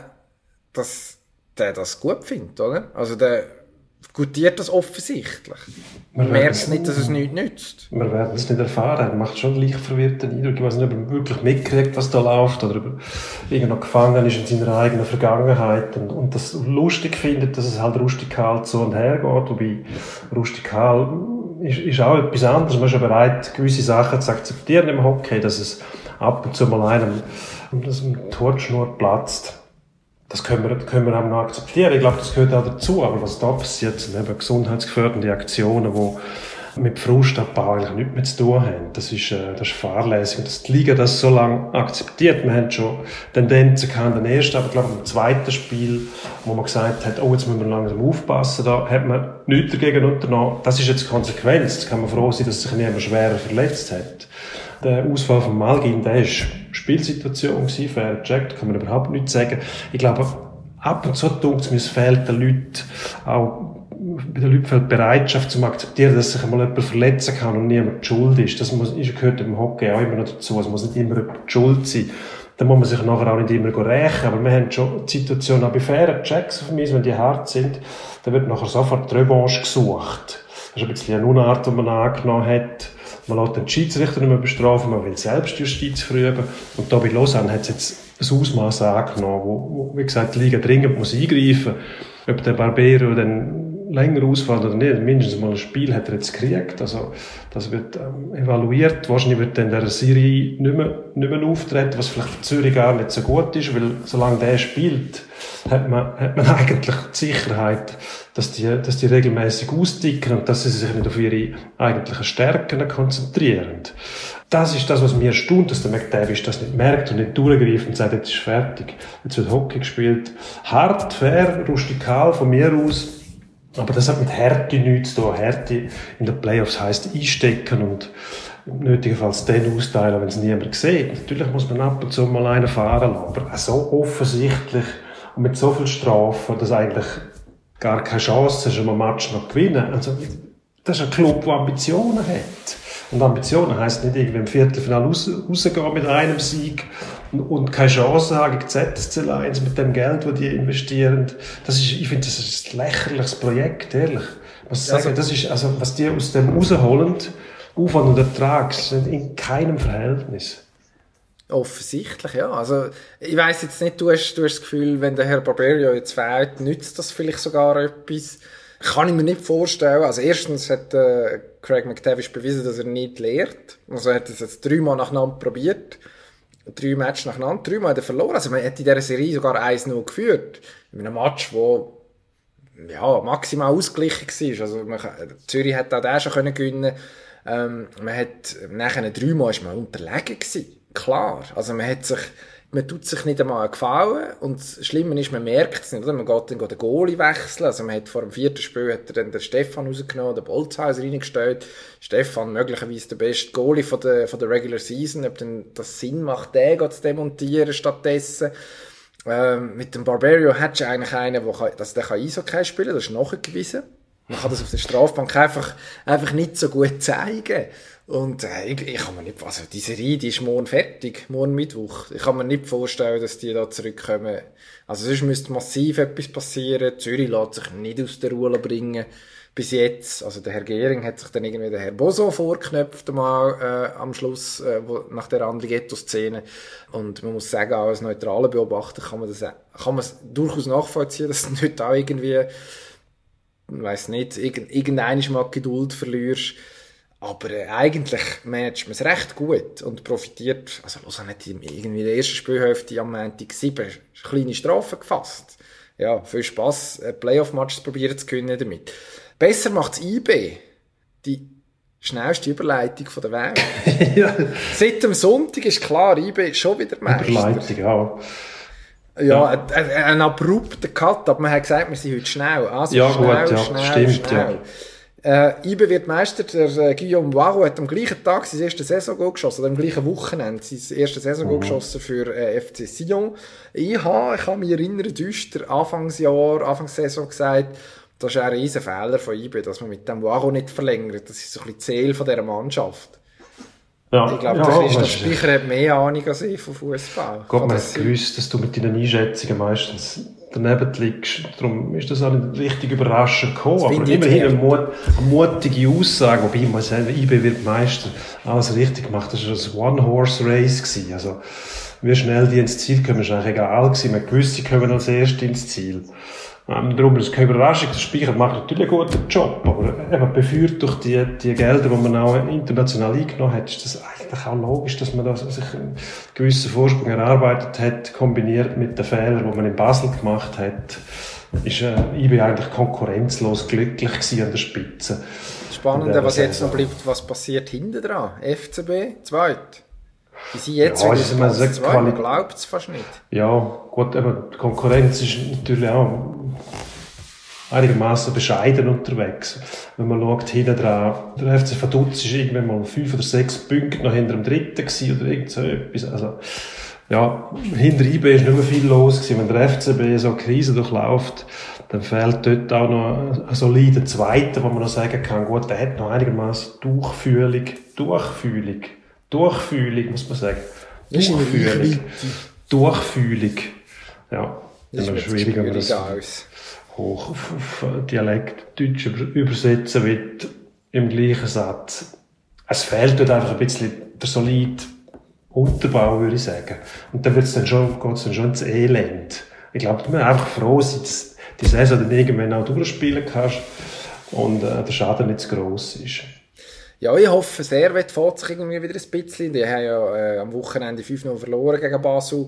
dass der das gut findet, oder? Also der gutiert das offensichtlich. Man merkt nicht, dass es nichts nützt. Wir werden es nicht erfahren. Er macht schon einen leicht verwirrten Eindruck. Ich weiß nicht, ob er wirklich mitkriegt, was da läuft, oder ob er irgendwo gefangen ist in seiner eigenen Vergangenheit und, und das lustig findet, dass es halt rustikal zu und her geht. Wobei rustikal ist, ist auch etwas anderes. Man ist ja bereit, gewisse Sachen zu akzeptieren im Hockey, dass es ab und zu mal einem, dass eine Torschnur platzt. Das können wir, können wir auch noch akzeptieren. Ich glaube, das gehört auch dazu. Aber was da passiert, sind eben gesundheitsgefördernde Aktionen, die mit Frustabbau eigentlich nichts mehr zu tun haben. Das ist, äh, das ist fahrlässig. Und dass die Liga das so lange akzeptiert. Wir haben schon Tendenzen gehabt, den ersten, aber ich glaube, im zweiten Spiel, wo man gesagt hat, oh, jetzt müssen wir langsam aufpassen, da hat man nichts dagegen unternommen. Das ist jetzt die Konsequenz. Jetzt kann man froh sein, dass sich niemand schwerer verletzt hat. Der Ausfall von Malgin, der ist Spielsituation gewesen, fair checkt, kann man überhaupt nichts sagen. Ich glaube, ab und zu tut es mir, es fehlt den Leuten auch, bei den Leuten fehlt die Bereitschaft zum Akzeptieren, dass sich einmal jemand verletzen kann und niemand die Schuld ist. Das muss, gehört im Hockey auch immer noch dazu. Es muss nicht immer die Schuld sein. Da muss man sich nachher auch nicht immer rächen. Aber wir haben schon die Situation auch bei fairen Checks auf mich, wenn die hart sind, dann wird nachher sofort die Revanche gesucht. Das ist ein bisschen eine Unart, die man angenommen hat. Man lässt den Schiedsrichter nicht mehr bestrafen, man will Selbstjustiz verüben. Und da bei Lausanne hat es jetzt ein Ausmaß angenommen, wo, wo, wie gesagt, die Liga dringend muss eingreifen. Ob der Barbero dann länger ausfällt oder nicht, mindestens mal ein Spiel hat er jetzt gekriegt. Also, das wird ähm, evaluiert. Wahrscheinlich wird dann der Serie nicht mehr, nicht mehr auftreten, was vielleicht für Zürich gar nicht so gut ist, weil solange der spielt, hat man, hat man eigentlich die Sicherheit, dass die, dass die regelmäßig austicken und dass sie sich nicht auf ihre eigentlichen Stärken konzentrieren. Das ist das, was mir erstaunt, dass der McTavish das nicht merkt und nicht durchgreift und sagt, jetzt ist fertig. Jetzt wird Hockey gespielt. Hart, fair, rustikal von mir aus. Aber das hat mit Härte nichts zu tun. Härte in den Playoffs heisst einstecken und nötigenfalls den austeilen, wenn es niemand sieht. Natürlich muss man ab und zu mal einen fahren lassen, aber so offensichtlich und mit so viel Strafen, dass eigentlich gar keine Chance hast, um ein Match noch zu gewinnen. Also, das ist ein Club, der Ambitionen hat. Und Ambitionen heisst nicht irgendwie im Viertelfinale raus, rausgehen mit einem Sieg und, und keine Chance haben gegen Z S C eins mit dem Geld, das die investieren. Das ist, ich finde, das ist ein lächerliches Projekt, ehrlich. Was sagen, also, das ist, also, was die aus dem rausholen, Aufwand und Ertrag, sind in keinem Verhältnis. Offensichtlich, ja. Also, ich weiss jetzt nicht, du hast, du hast das Gefühl, wenn der Herr Barberio jetzt fehlt, nützt das vielleicht sogar etwas? Kann ich mir nicht vorstellen. Also, erstens hat äh, Craig McTavish bewiesen, dass er nicht lehrt. Also, er hat es jetzt dreimal nacheinander probiert. Drei Matches nacheinander. Dreimal hat er verloren. Also, man hat in dieser Serie sogar eins null geführt. In einem Match, wo, ja, maximal ausgeglichen war. Also, man, Zürich hätte auch den schon können gewinnen. Ähm, man hat, nachher dreimal ist man unterlegen gewesen. Klar. Also, man hat sich, man tut sich nicht einmal gefallen. Und das Schlimme ist, man merkt es nicht, oder? Man geht dann den Goalie wechseln. Also, man hat vor dem vierten Spiel hat er dann den Stefan rausgenommen, den Bolzhauser reingestellt. Stefan, möglicherweise der beste Goalie von der, von der Regular Season. Ob dann das Sinn macht, den zu demontieren stattdessen. Ähm, mit dem Barberio hättest du eigentlich einen, der, kann, dass der Eishockey spielen kann. Das ist nachgewiesen. Man kann das auf der Strafbank einfach, einfach nicht so gut zeigen. Und äh, ich, ich kann mir nicht, also die Serie, die ist morgen fertig, morgen Mittwoch. Ich kann mir nicht vorstellen, dass die da zurückkommen. Also sonst müsste massiv etwas passieren. Zürich lässt sich nicht aus der Ruhe bringen. Bis jetzt. Also der Herr Gehring hat sich dann irgendwie der Herr Boso vorgeknöpft mal äh, am Schluss, äh, wo, nach der anderen Ghetto-Szene. Und man muss sagen, auch als neutraler Beobachter kann man das kann man es durchaus nachvollziehen, dass du nicht auch irgendwie, ich weiss nicht, irgend, irgendeines mal Geduld verlierst. Aber äh, eigentlich managt man es recht gut und profitiert. Also Lausanne hat irgendwie in der ersten Spielhälfte am Montag sieben kleine Strafen gefasst. Ja, viel Spass, äh, Playoff-Matches probieren zu gewinnen damit. Besser macht es I B. Die schnellste Überleitung von der Welt. Ja. Seit dem Sonntag ist klar, I B ist schon wieder Meister. Überleitung, ja. Ja, ja. Ein, ein, ein abrupter Cut, aber man hat gesagt, wir sind heute schnell. Also ja, schnell, gut, ja, schnell, stimmt, schnell. Ja. Äh, I B wird Meister, der äh, Guillaume Waro hat am gleichen Tag sein erstes Saison-Goal geschossen, oder am gleichen Wochenende sein erstes Saison-Goal mhm. geschossen für äh, F C Sion. Ich habe, ich habe mich erinnert, düster Anfangsjahr, Anfangssaison gesagt, das ist ein riesen Fehler von I B, dass man mit dem Waro nicht verlängert. Das ist so ein bisschen Ziel von dieser Mannschaft. Ja, ich glaube, ja, der Christoph Speicher hat mehr Ahnung als ich von Fußball. Gott, man hat gewusst, dass du mit deinen Einschätzungen meistens daneben liegst. Darum ist das auch nicht richtig überraschend gekommen. Aber immerhin eine, Mut, eine mutige Aussage, wobei man sagen, I B wird Meister, alles richtig gemacht. Das war ein One-Horse-Race gewesen. Also, wie schnell die ins Ziel kommen, ist eigentlich egal gewesen. Man gewusst, kommen als Erste ins Ziel. Ähm, darum ist es keine Überraschung. Der Speicher macht natürlich einen guten Job, aber eben beführt durch die, die Gelder, die man auch international eingenommen hat, ist das eigentlich auch logisch, dass man da sich einen gewissen Vorsprung erarbeitet hat, kombiniert mit den Fehlern, die man in Basel gemacht hat. Ist äh, I B eigentlich konkurrenzlos glücklich gewesen an der Spitze. Spannend, was jetzt noch bleibt, was passiert hinten dran? F C B, zweit. Die sind jetzt ja, wieder man zwei, Quali- man glaubt es fast nicht. Ja, gut, eben, die Konkurrenz ist natürlich auch einigermaßen bescheiden unterwegs. Wenn man schaut, hinten dran, der F C Vaduz ist irgendwann mal fünf oder sechs Punkte noch hinter dem Dritten gewesen oder irgend so etwas. Also, ja, hinter I B ist nicht mehr viel los gewesen. Wenn der F C B so eine Krise durchläuft, dann fehlt dort auch noch ein solider Zweiter, wo man noch sagen kann, gut, der hat noch einigermaßen Durchfühlung, Durchfühlung. Durchfühlung, muss man sagen. Durchfühlung. Durchfühlung. Ja, das ist schwierig, wenn man das aus. hoch auf, auf Dialekt Deutsch übersetzen will, im gleichen Satz. Es fehlt dort einfach ein bisschen der solide Unterbau, würde ich sagen. Und dann wird's dann schon, geht's dann schon ins Elend. Ich glaube, du musst einfach froh sein, dass die Saison dann irgendwann auch durchspielen kannst und äh, der Schaden nicht zu gross ist. Ja, ich hoffe, Servet fährt sich irgendwie wieder ein bisschen. Die haben ja äh, am Wochenende fünf null verloren gegen Basel.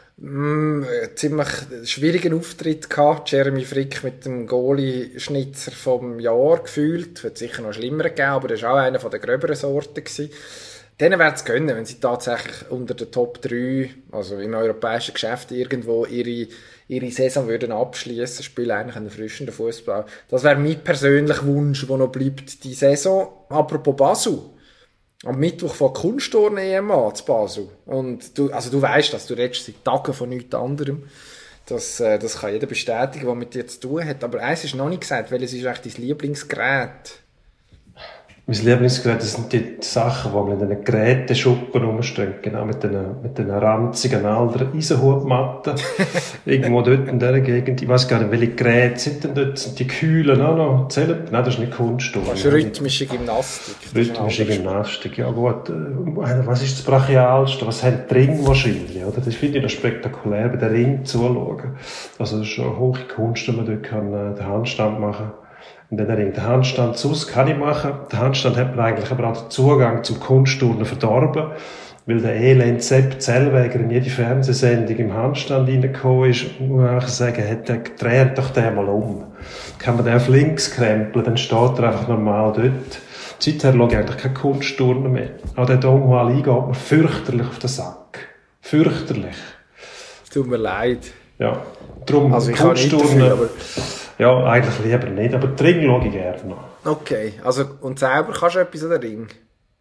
Mm, äh, ziemlich schwierigen Auftritt gehabt. Jeremy Frick mit dem Goalie-Schnitzer vom Jahr gefühlt. Wird sicher noch schlimmer gegeben, aber das war auch einer der gröberen Sorten gewesen. Denen wäre es gönnen, wenn sie tatsächlich unter den Top drei, also im europäischen Geschäft irgendwo ihre, ihre Saison würden abschließen, spielen eigentlich einen erfrischenden Fußball. Das wäre mein persönlicher Wunsch, der noch bleibt, die Saison. Apropos Basel. Am Mittwoch von Kunstturnen-E M an zu Basel. Und du, also du weisst das, du redest seit Tagen von nichts anderem. Das, äh, das kann jeder bestätigen, der mit dir zu tun hat. Aber eins ist noch nicht gesagt, welches ist eigentlich dein Lieblingsgerät? Mein Lieblingsgerät, das sind die Sachen, die man in den Geräteschuppen rumstehen. Genau, mit den, mit den ranzigen alten Eisenhutmatten. Irgendwo dort in dieser Gegend. Ich weiss gar nicht, welche Geräte sind denn dort? Sind die Kühlen auch noch? Zählen? Nein, das ist nicht Kunstturnen. Das ist rhythmische Gymnastik. Rhythmische Gymnastik, ja gut. Was ist das Brachialste? Was haben die Ringe wahrscheinlich? Oder? Das finde ich noch spektakulär, bei den Ringen zuschauen. Also das ist schon hohe Kunst, wenn man dort kann, den Handstand machen kann. Und dann Ring. Den Handstand sonst kann ich machen. Den Handstand hat man eigentlich aber auch den Zugang zum Kunstturnen verdorben, weil der Elend Sepp Zellweger in jede Fernsehsendung im Handstand reingekommen ist, muss man einfach sagen, hat der, dreht doch den mal um. Kann man den auf links krempeln, dann steht er einfach normal dort. Seither schaue ich eigentlich keine Kunstturnen mehr. Auch der Don Juan Lee geht mir fürchterlich auf den Sack. Fürchterlich. Es tut mir leid. Ja. Darum also ich Kunstturnen. Kann nicht dafür, aber ja, eigentlich lieber nicht, aber den Ring schaue ich gerne noch. Okay, also und selber kannst du etwas an den Ring?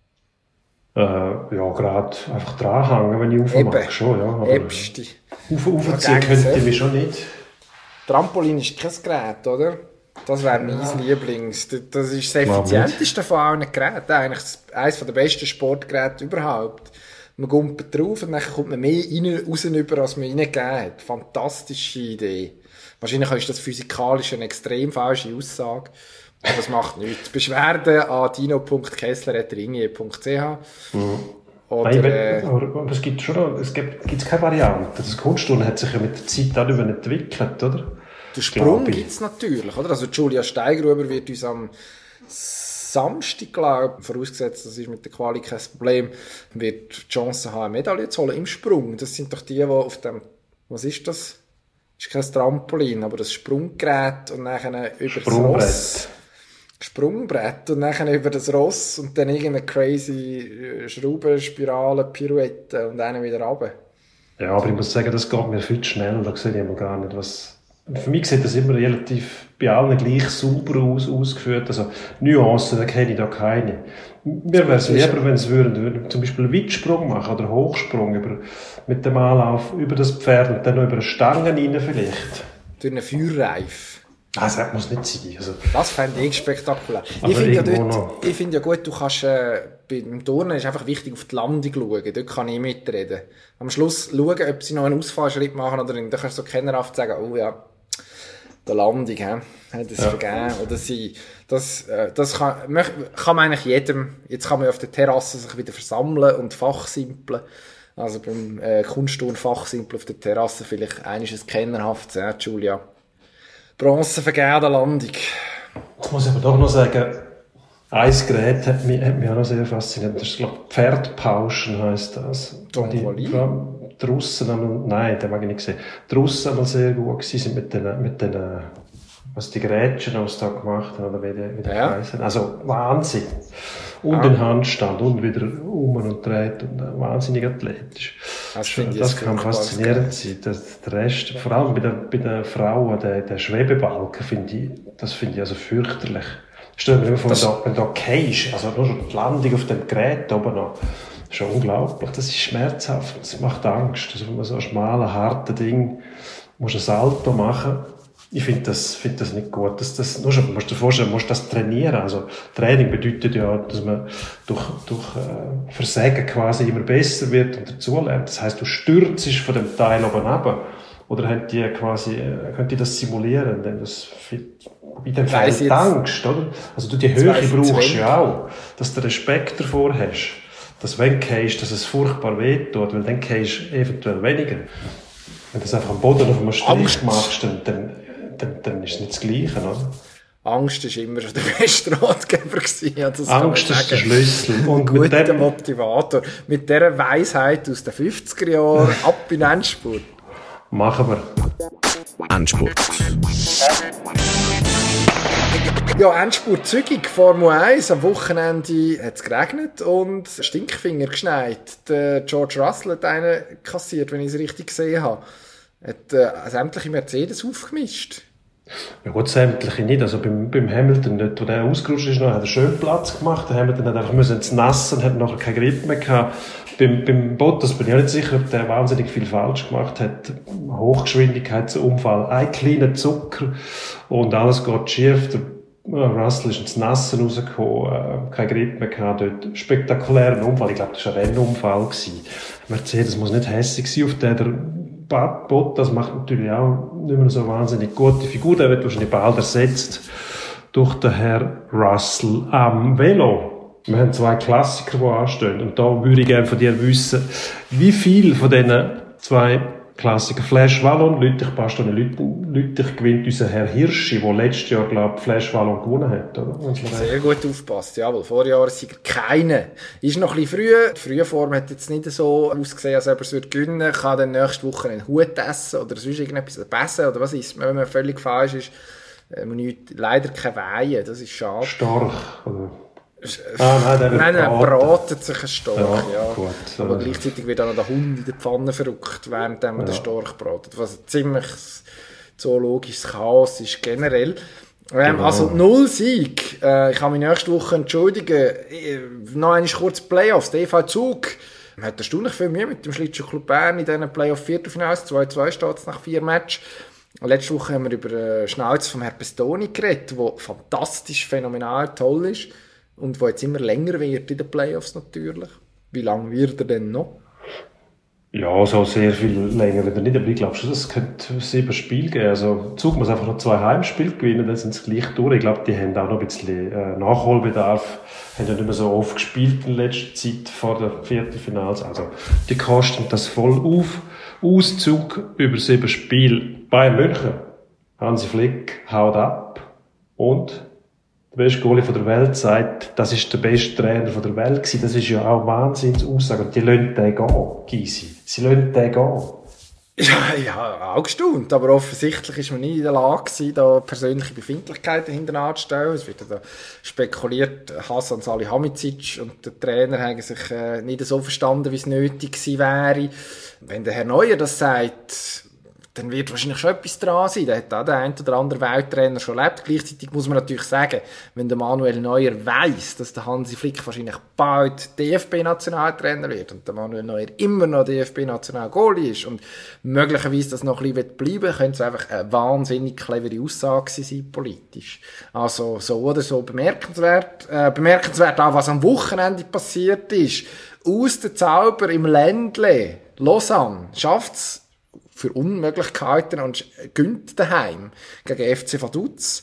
Äh, ja, gerade einfach dranhängen, wenn ich aufmache, schon, ja. Aber Äbste. Auf, aufziehen könnte ich mich schon nicht. Trampolin ist kein Gerät, oder? Das wäre mein Lieblings. Das ist das effizienteste von allen Geräten. Eigentlich eines der besten Sportgeräte überhaupt. Man kommt drauf und dann kommt man mehr rein, raus über, als man reingegeben hat. Fantastische Idee. Wahrscheinlich ist das physikalisch eine extrem falsche Aussage. Aber das macht nichts. Beschwerden an dino punkt kessler at ringier punkt c h. Mhm. Oder, äh, aber es gibt schon noch, es gibt, gibt's keine Variante. Das Kunstturnen hat sich ja mit der Zeit auch entwickelt, oder? Den Sprung gibt es natürlich, oder? Also Julia Steigruber wird uns am Samstag, glaube ich, vorausgesetzt, das ist mit der Quali kein Problem, wird die Chance haben, eine Medaille zu holen im Sprung. Das sind doch die, die auf dem, was ist das? Das ist kein Trampolin, aber das Sprunggerät und dann über das Ross. Sprungbrett und dann über das Ross und dann irgendeine crazy Schraubenspirale, Pirouette und dann wieder runter. Ja, aber ich muss sagen, das geht mir viel zu schnell, da sehe ich immer gar nicht, was... Für mich sieht das immer relativ bei allen gleich sauber aus, ausgeführt. Also Nuancen, da kenne ich da keine. Mir wäre es lieber, wenn sie würden, würden zum Beispiel einen Weitsprung machen oder Hochsprung über, mit dem Anlauf über das Pferd und dann noch über eine Stange rein vielleicht. Durch einen Feuerreif. Ah, das muss nicht sein. Also, das fände ich spektakulär. Ich finde ja, dort, ich find ja gut, du kannst, äh, beim Turnen ist einfach wichtig auf die Landung schauen. Dort kann ich mitreden. Am Schluss schauen, ob sie noch einen Ausfallschritt machen oder nicht. Dann kannst du so kennerhaft sagen, oh ja, der Landung, he? Hat es ja. vergeben. Oder sie, das, äh, das kann, kann man eigentlich jedem, jetzt kann man auf der Terrasse sich wieder versammeln und fachsimpeln. Also beim äh, Kunstturnen fachsimpeln auf der Terrasse vielleicht einiges kennerhaft, ja, Julia. Bronze vergeben an der Landung. Jetzt muss ich aber doch noch sagen, ein Gerät hat mich, hat mich auch noch sehr fasziniert. Das ist, glaube ich, Pferdpauschen heisst das. Die, die Russen einmal, nein, den mag ich nicht sehen. Die Russen einmal sehr gut gewesen sind mit den, mit den, was die Grätschen aus da gemacht haben, oder wie die, wie die ja. heißen. Also, Wahnsinn. Und den Handstand und wieder um und dreht und wahnsinnig athletisch. Das, das kann faszinierend sein. Das, der Rest, vor allem bei den, bei den Frauen, der, der Schwebebalken, finde ich, das finde ich also fürchterlich. Stell dir vor, wenn du, wenn du gehst, also nur schon die Landung auf dem Gerät oben noch, das ist schon unglaublich. Das ist schmerzhaft, das macht Angst. Also, wenn man so ein schmales, hartes Ding, muss ein Salto machen. Ich finde das, find das nicht gut. Das, das, nur schon, musst du dir vorstellen, musst das trainieren. Also, Training bedeutet ja, dass man durch, durch äh, Versagen quasi immer besser wird und dazulernt. Das heisst, du stürzt von dem Teil oben runter. Oder haben die quasi, äh, könnt ihr das simulieren? Denn das, in dem Fall die Angst, oder? Also, du die Höhe brauchst ja auch, dass du Respekt davor hast. Dass wenn du gehst, dass es furchtbar wehtut, weil dann gehst du eventuell weniger. Wenn du das einfach am Boden auf einem Strich machst, dann, dann Dann, dann ist es nicht das Gleiche, oder? Angst war immer schon der beste Ratgeber gewesen. Ja, das Angst ist der Schlüssel. Und ein guter dem... Motivator. Mit dieser Weisheit aus den fünfziger Jahren ab in Endspurt. Machen wir. Endspurt. Ja, Endspurt zügig. Formel eins. Am Wochenende hat es geregnet und Stinkfinger geschneit. Der George Russell hat einen kassiert, wenn ich es richtig gesehen habe. Hat äh, sämtliche Mercedes aufgemischt. Ja gut, sämtliche nicht. Also beim, beim Hamilton, dort, wo der ausgerutscht ist, noch, hat er schön Platz gemacht. Der Hamilton hat einfach müssen ins Nass und hat nachher keinen Grip mehr gehabt. Beim, beim Bottas bin ich auch nicht sicher, ob der wahnsinnig viel falsch gemacht hat. Hochgeschwindigkeitsunfall, ein kleiner Zucker und alles geht schief. Der Russell ist ins Nassen rausgekommen, äh, keinen Grip mehr gehabt dort. Spektakulärer Unfall. Ich glaube, das war ein Rennunfall gewesen. Mercedes muss nicht hässig sein auf der, der Bottas macht natürlich auch nicht mehr so wahnsinnig gute Figur. Der wird wahrscheinlich bald ersetzt durch den Herr Russell am Velo. Wir haben zwei Klassiker, die anstehen. Und da würde ich gerne von dir wissen, wie viel von diesen zwei Klassiker, Flash Wallon, Lüttich, Bastogne Lüttich gewinnt unser Herr Hirschi, der letztes Jahr, glaube ich, Flash Wallon gewonnen hat, oder? Sehr gut aufgepasst, jawohl. Vorjahr sind keine. Ist noch ein bisschen früh. Die frühe Form hat jetzt nicht so ausgesehen, als ob er es gewinnen würde. Kann dann nächste Woche einen Hut essen oder sonst irgendetwas essen oder was ist, wenn man völlig falsch ist. Man nicht, leider keine Weihe, das ist schade. Storch, oder? Ah, nein, der wird nein, nein, bratet sich ein Storch, ja. ja. Gut, aber äh. gleichzeitig wird auch noch der Hund in der Pfanne verrückt, während man ja. den Storch bratet. Was ein ziemlich zoologisches Chaos ist generell. Ähm, genau. Also null Sieg. Äh, ich kann mich nächste Woche entschuldigen. Ich, noch einmal kurz Playoffs. Der E V Zug hat erstaunlich viel Mühe mit dem Schlittschuhclub Bern in diesen Playoff-Viertelfinals. zwei zwei steht es nach vier Matches. Letzte Woche haben wir über den Schnauz vom Herrn Pestoni geredet, der fantastisch, phänomenal, toll ist und der jetzt immer länger wird in den Playoffs natürlich. Wie lange wird er denn noch? Ja, so sehr viel länger wird er nicht, aber ich glaube schon, es könnte sieben Spiele geben. Also Zug muss einfach noch zwei Heimspiele gewinnen, dann sind sie gleich durch. Ich glaube, die haben auch noch ein bisschen äh, Nachholbedarf, haben ja nicht mehr so oft gespielt in letzter Zeit vor der Viertelfinals. Also die kosten das voll auf. Auszug über sieben Spiele. Bayern München, Hansi Flick haut ab und der beste Goalie von der Welt sagt, das ist der beste Trainer von der Welt gewesen. Das ist ja auch Wahnsinnsaussage. Und die lassen den gehen, Gysi. Sie lassen den gehen. Ja, ja, auch gestaunt. Aber offensichtlich ist man nicht in der Lage gewesen, da persönliche Befindlichkeiten hinterher zu stellen. Es wird da spekuliert, Hasan Salihamidzic und der Trainer haben sich äh, nicht so verstanden, wie es nötig gewesen wäre. Wenn der Herr Neuer das sagt, dann wird wahrscheinlich schon etwas dran sein. Da hat auch der ein oder andere Welttrainer schon erlebt. Gleichzeitig muss man natürlich sagen, wenn der Manuel Neuer weiss, dass der Hansi Flick wahrscheinlich bald D F B-Nationaltrainer wird und der Manuel Neuer immer noch D F B-National-Goalie ist und möglicherweise das noch ein bisschen bleiben will, könnte es einfach eine wahnsinnig clevere Aussage sein, politisch. Also so oder so bemerkenswert. Äh, bemerkenswert auch, was am Wochenende passiert ist. Aus der Zauber im Ländle, Lausanne, schafft's für Unmöglichkeiten und gönnt daheim gegen F C Vaduz.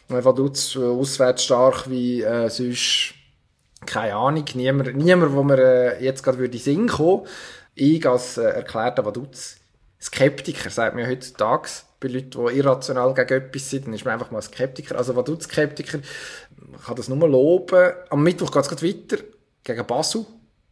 Vaduz äh, auswärts stark wie äh, sonst, keine Ahnung, niemand, niemand wo mir äh, jetzt gerade würde in den Sinn kommen. Ich als äh, erklärter Vaduz-Skeptiker, sagt mir heutzutage, bei Leuten, die irrational gegen etwas sind, dann ist man einfach mal Skeptiker. Also Vaduz-Skeptiker, ich kann das nur loben. Am Mittwoch geht es gerade weiter gegen Basel.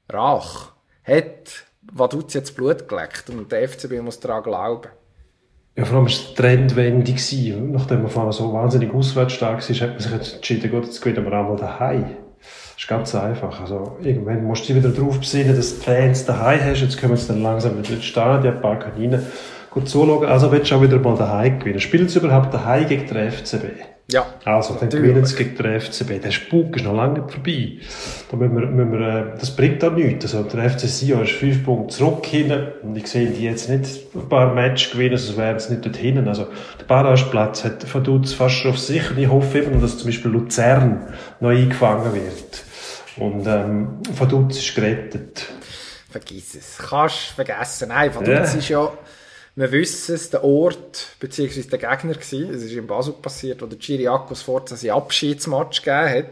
Rach hat Vaduz jetzt Blut geleckt und der F C B muss daran glauben. Ja, vor allem war es trendwendig gewesen. Nachdem man vorher so wahnsinnig auswärtsstark war, hat man sich jetzt entschieden, gut, jetzt gewinnen wir einmal daheim. Das ist ganz einfach. Also, irgendwann musst du dich wieder darauf besinnen, dass du die Fans daheim hast. Jetzt können wir jetzt dann langsam wieder ins Stadion, packen rein, gut zuschauen. Also willst du auch wieder mal daheim gewinnen. Spielen sie überhaupt daheim gegen den F C B? Ja. Also, dann gewinnen sie gegen den F C B. Der Spuk ist noch lange nicht vorbei. Da müssen wir, müssen wir, äh, das bringt auch nichts. Also, der F C Sion ist fünf Punkte zurück hinten. Und ich sehe die jetzt nicht ein paar Matches gewinnen, sonst wären sie nicht dort hinten. Also, der Barrageplatz hat Vaduz fast schon auf sich. Und ich hoffe eben, dass zum Beispiel Luzern noch eingefangen wird. Und, ähm, Vaduz ist gerettet. Vergiss es. Kannst vergessen. Nein, Vaduz Ja. ist ja, wir wissen es, der Ort, beziehungsweise der Gegner gewesen. Es ist in Basel passiert, wo der Chiriakos Forza seinen Abschiedsmatch gegeben hat,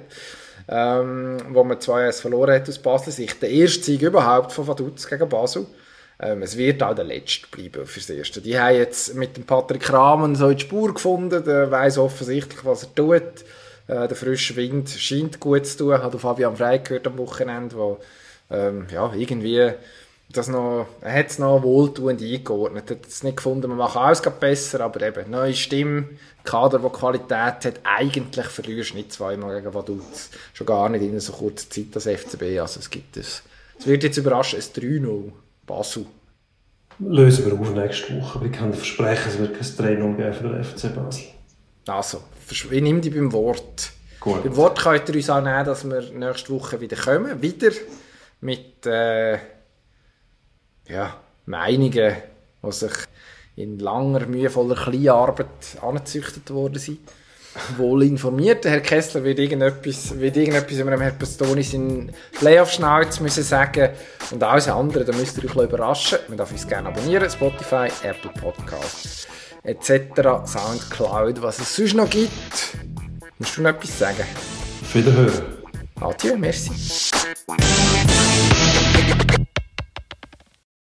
ähm, wo man zwei eins verloren hat aus Basler Sicht. Der erste Sieg überhaupt von Vaduz gegen Basel. Ähm, es wird auch der letzte bleiben fürs Erste. Die haben jetzt mit dem Patrick Rahmen so in die Spur gefunden, der weiss offensichtlich, was er tut. Äh, der frische Wind scheint gut zu tun. Hat auf Fabian Frey gehört am Wochenende, wo ähm, ja, irgendwie das noch, er hat es noch wohltuend eingeordnet. Er hat es nicht gefunden, man macht alles besser, aber eben, neue Stimme, Kader, der Qualität hat, eigentlich verlierst du nicht zweimal gegen Vaduz. Schon gar nicht in so kurzer Zeit als F C B. Also es gibt es. Es wird jetzt überraschen, ein drei null Basel. Lösen wir auf nächste Woche. Aber ich kann dir versprechen, es wird kein drei null geben für den F C Basel. Also, ich nehme dich beim Wort. Gut. Beim Wort könnt ihr uns auch nehmen, dass wir nächste Woche wieder kommen. Wieder mit äh, ja, Meinungen, die sich in langer, mühevoller Kleinarbeit angezüchtet worden sind. Wohl informiert. Herr Kessler wird irgendetwas, wird irgendetwas über Herrn Pestoni seinen Playoff-Schnauz müssen sagen. Und alles andere, da müsst ihr euch überraschen. Man darf uns gerne abonnieren. Spotify, Apple Podcasts et cetera. Soundcloud, was es sonst noch gibt. Musst du noch etwas sagen? Auf Wiederhören. Adieu, merci.